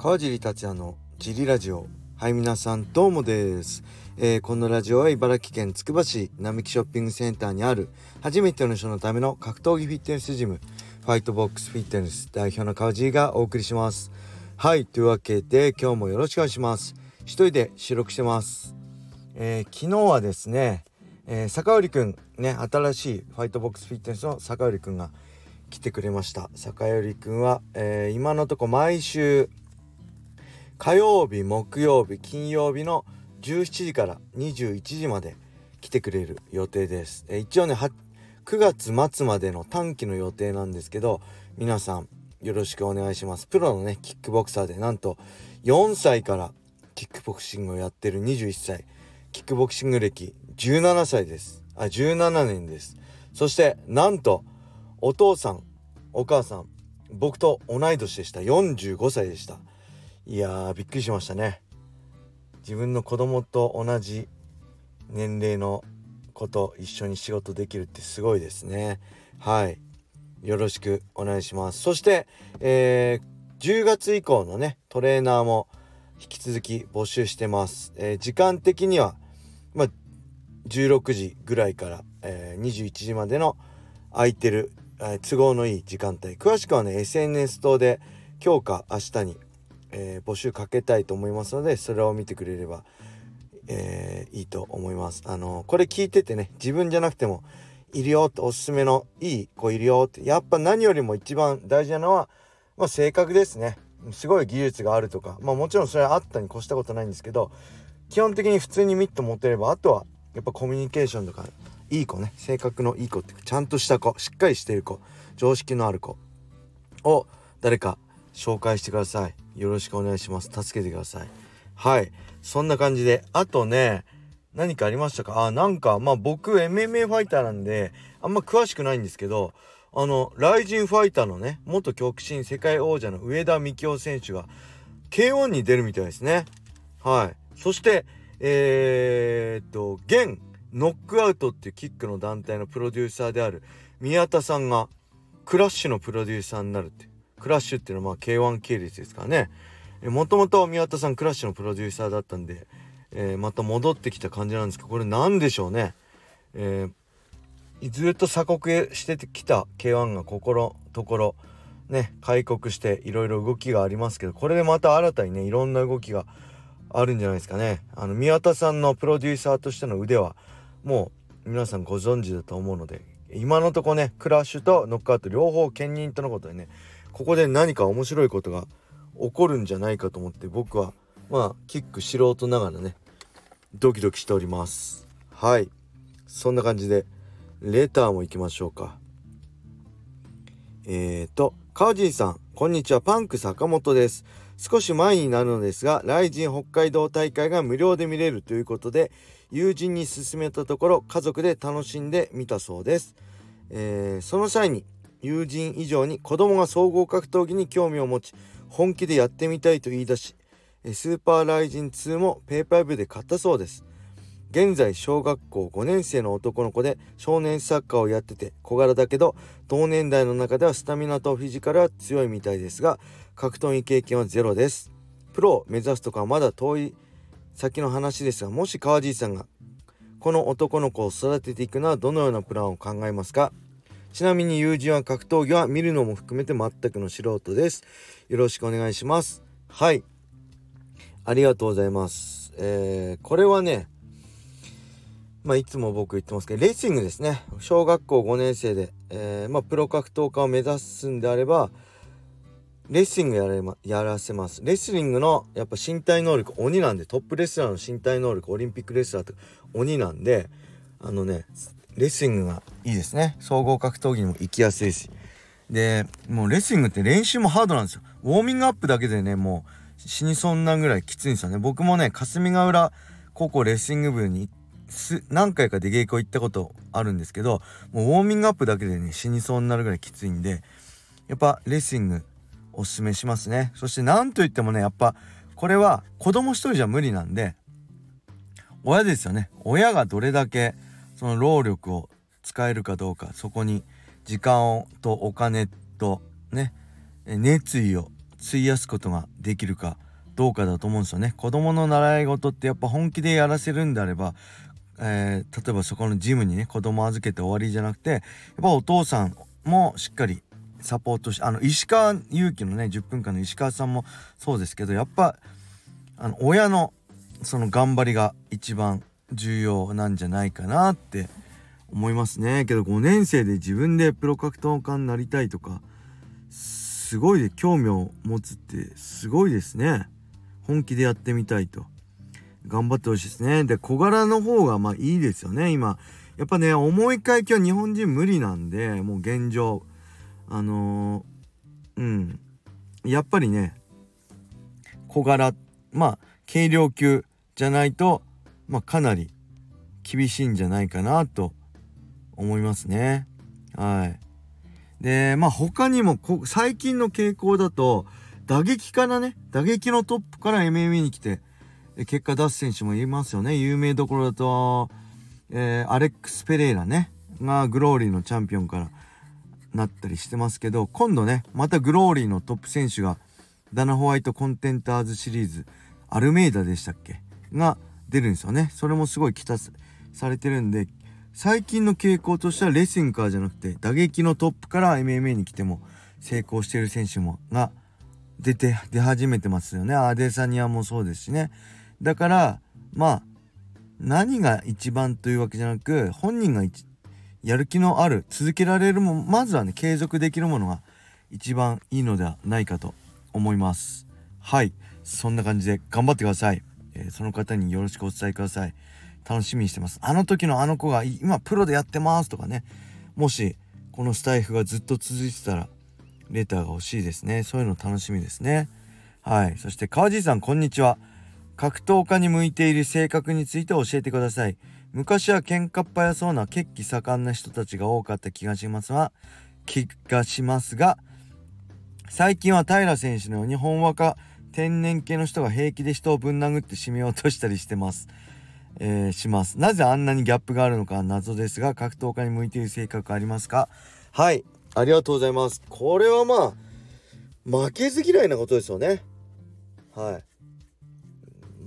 川尻達也のジリラジオ。はい、皆さんどうもです。このラジオは茨城県つくば市並木ショッピングセンターにある初めての人のための格闘技フィットネスジム、ファイトボックスフィットネス代表の川尻がお送りします。はい、というわけで今日もよろしくお願いします。一人で収録してます。昨日はですね、坂織くんね、新しいファイトボックスフィットネスの坂織くんが来てくれました。坂織くんは、今のとこ毎週火曜日、木曜日、金曜日の17時から21時まで来てくれる予定です。一応ね9月末までの短期の予定なんですけど、皆さんよろしくお願いします。プロのねキックボクサーで、なんと4歳からキックボクシングをやってる21歳、キックボクシング歴17歳です。17年です。そしてなんとお父さんお母さん僕と同い年でした。45歳でした。いやー、びっくりしましたね。自分の子供と同じ年齢の子と一緒に仕事できるってすごいですね。はい、よろしくお願いします。そして、10月以降のねトレーナーも引き続き募集してます。時間的には、16時ぐらいから、21時までの空いてる、都合のいい時間帯、詳しくはね SNS 等で今日か明日に募集かけたいと思いますので、それを見てくれれば、いいと思います。これ聞いててね、自分じゃなくてもいるよって、おすすめのいい子いるよって、やっぱ何よりも一番大事なのは、性格ですね。すごい技術があるとか、もちろんそれはあったに越したことないんですけど、基本的に普通にミット持てれば、あとはやっぱコミュニケーションとかいい子ね、性格のいい子ってちゃんとした子、しっかりしてる子、常識のある子を誰か紹介してください。よろしくお願いします。助けてください。はい、そんな感じで、あとね何かありましたか？僕 MMA ファイターなんであんま詳しくないんですけど、ライジンファイターのね元極真世界王者の上田幹雄選手が K1 に出るみたいですね。はい、そして現ノックアウトっていうキックの団体のプロデューサーである宮田さんがクラッシュのプロデューサーになるって。クラッシュっていうのはK1 系列ですからね。もともと宮田さんクラッシュのプロデューサーだったんで、また戻ってきた感じなんですけど、これなんでしょうね。ずっと鎖国してきた K1 がここのところね開国していろいろ動きがありますけど、これでまた新たにねいろんな動きがあるんじゃないですかね。宮田さんのプロデューサーとしての腕はもう皆さんご存知だと思うので、今のところねクラッシュとノックアウト両方兼任とのことでね、ここで何か面白いことが起こるんじゃないかと思って、僕はキック素人ながらねドキドキしております。はい、そんな感じでレターも行きましょうか。川尻さんこんにちは、パンク坂本です。少し前になるのですが、ライジン北海道大会が無料で見れるということで友人に勧めたところ、家族で楽しんでみたそうです。その際に友人以上に子供が総合格闘技に興味を持ち、本気でやってみたいと言い出し、スーパーライジン2もペーパービューで買ったそうです。現在小学校5年生の男の子で少年サッカーをやってて、小柄だけど同年代の中ではスタミナとフィジカルは強いみたいですが、格闘技経験はゼロです。プロを目指すとかはまだ遠い先の話ですが、もし川尻さんがこの男の子を育てていくのはどのようなプランを考えますか？ちなみに友人は格闘技は見るのも含めて全くの素人です。よろしくお願いします。はい、ありがとうございます。これはねいつも僕言ってますけど、レスリングですね。小学校5年生で、プロ格闘家を目指すんであればレスリングやらせます。レスリングのやっぱ身体能力鬼なんで、トップレスラーの身体能力オリンピックレスラーと鬼なんで、レスリングがいいですね。総合格闘技にも行きやすいし、でもうレスリングって練習もハードなんですよ。ウォーミングアップだけでねもう死にそうなぐらいきついんですよね。僕もね霞ヶ浦高校レスリング部に何回か出稽古行ったことあるんですけど、もうウォーミングアップだけでね死にそうになるぐらいきついんで、やっぱレスリングおすすめしますね。そしてなんといってもね、やっぱこれは子供一人じゃ無理なんで、親ですよね。親がどれだけその労力を使えるかどうか、そこに時間とお金とね熱意を費やすことができるかどうかだと思うんですよね。子供の習い事ってやっぱ本気でやらせるんであれば、例えばそこのジムにね子供預けて終わりじゃなくて、やっぱお父さんもしっかりサポートし、石川祐希のね10分間の石川さんもそうですけど、やっぱ親のその頑張りが一番重要なんじゃないかなって思いますね。けど5年生で自分でプロ格闘家になりたいとか、すごいで興味を持つってすごいですね。本気でやってみたいと頑張ってほしいですね。で小柄の方がいいですよね。今やっぱね重い階級は日本人無理なんで、もう現状やっぱりね小柄軽量級じゃないとかなり厳しいんじゃないかなと思いますね。はい。で他にも最近の傾向だと打撃のトップから MMA に来て結果出す選手もいますよね。有名どころだと、アレックス・ペレイラねがグローリーのチャンピオンからなったりしてますけど、今度ねまたグローリーのトップ選手がダナ・ホワイトコンテンターズシリーズアルメイダでしたっけが出るんですよね。それもすごい期待されてるんで、最近の傾向としてはレスリングからじゃなくて打撃のトップから MMA に来ても成功している選手もが出始めてますよね。アデサニアもそうですしね。だから何が一番というわけじゃなく、本人がやる気のある続けられるもまずはね継続できるものが一番いいのではないかと思います。はい、そんな感じで頑張ってください。その方によろしくお伝えください。楽しみにしてます。あの時のあの子が今プロでやってますとかね、もしこのスタイフがずっと続いてたらレターが欲しいですね。そういうの楽しみですね。はい。そして川地さんこんにちは。格闘家に向いている性格について教えてください。昔は喧嘩っ早そうな血気盛んな人たちが多かった気がしますが、最近は平選手のようにほんわか天然系の人が平気で人をぶん殴って締めようとしたりしてます。なぜあんなにギャップがあるのか謎ですが、格闘家に向いている性格ありますか？はい、ありがとうございます。これは負けず嫌いなことですよね。はい、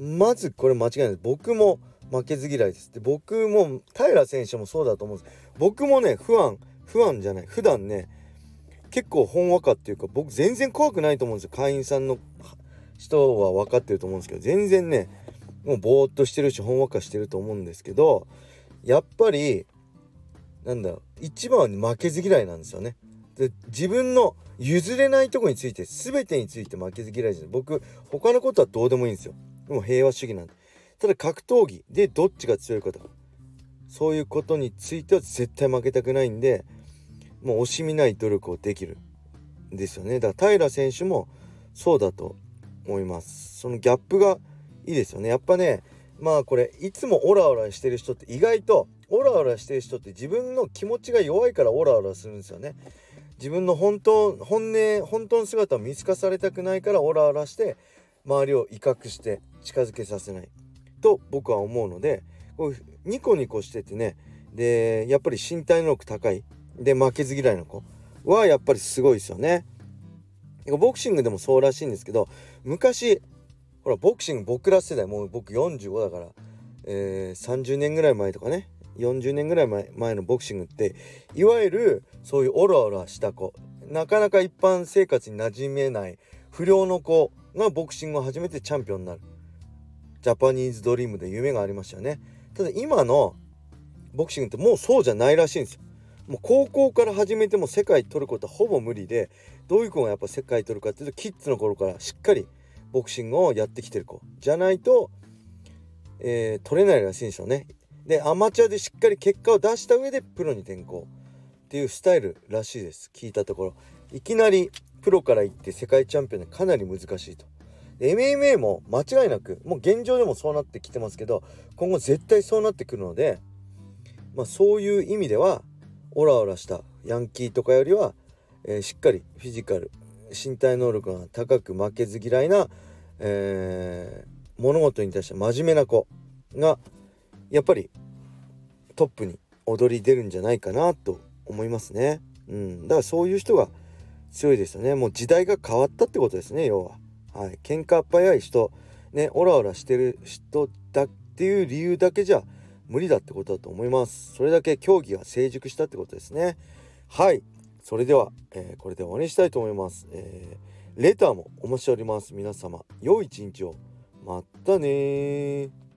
まずこれ間違いないです。僕も負けず嫌いです。で僕も平選手もそうだと思うんです。僕もね普段ね結構ほんわかっていうか、僕全然怖くないと思うんですよ。会員さんの人は分かってると思うんですけど、全然ねもうぼーっとしてるしほんわかしてると思うんですけど、やっぱり一番は負けず嫌いなんですよね。で自分の譲れないとこについて全てについて負けず嫌いです。僕他のことはどうでもいいんですよ。もう平和主義なんで。ただ格闘技でどっちが強いかとかそういうことについては絶対負けたくないんで、もう惜しみない努力をできるんですよね。だから平選手もそうだと思います。そのギャップがいいですよね。やっぱねこれいつもオラオラしてる人って意外とオラオラしてる人って自分の気持ちが弱いからオラオラするんですよね。自分の本当の姿を見透かされたくないからオラオラして周りを威嚇して近づけさせないと僕は思うので、こうニコニコしててね、でやっぱり身体能力高いで負けず嫌いの子はやっぱりすごいですよね。ボクシングでもそうらしいんですけど、昔ほらボクシング僕ら世代、もう僕45だから、30年ぐらい前とかね40年ぐらい前のボクシングっていわゆるそういうオラオラした子、なかなか一般生活に馴染めない不良の子がボクシングを始めてチャンピオンになるジャパニーズドリームで夢がありましたよね。ただ今のボクシングってもうそうじゃないらしいんですよ。もう高校から始めても世界取ることはほぼ無理で、どういう子がやっぱ世界取るかっていうとキッズの頃からしっかりボクシングをやってきてる子じゃないと、取れないらしいんですよね。でアマチュアでしっかり結果を出した上でプロに転向っていうスタイルらしいです。聞いたところいきなりプロから行って世界チャンピオンでかなり難しいと。で MMA も間違いなくもう現状でもそうなってきてますけど、今後絶対そうなってくるので、そういう意味ではオラオラしたヤンキーとかよりは、しっかりフィジカル身体能力が高く負けず嫌いな、物事に対して真面目な子がやっぱりトップに躍り出るんじゃないかなと思いますね。だからそういう人が強いですよね。もう時代が変わったってことですね、要は。はい、喧嘩っ早い人ね、オラオラしてる人だっていう理由だけじゃ無理だってことだと思います。それだけ競技が成熟したってことですね。はい、それでは、これで終わりにしたいと思います。レターもお待ちしております。皆様良い一日を。またねー。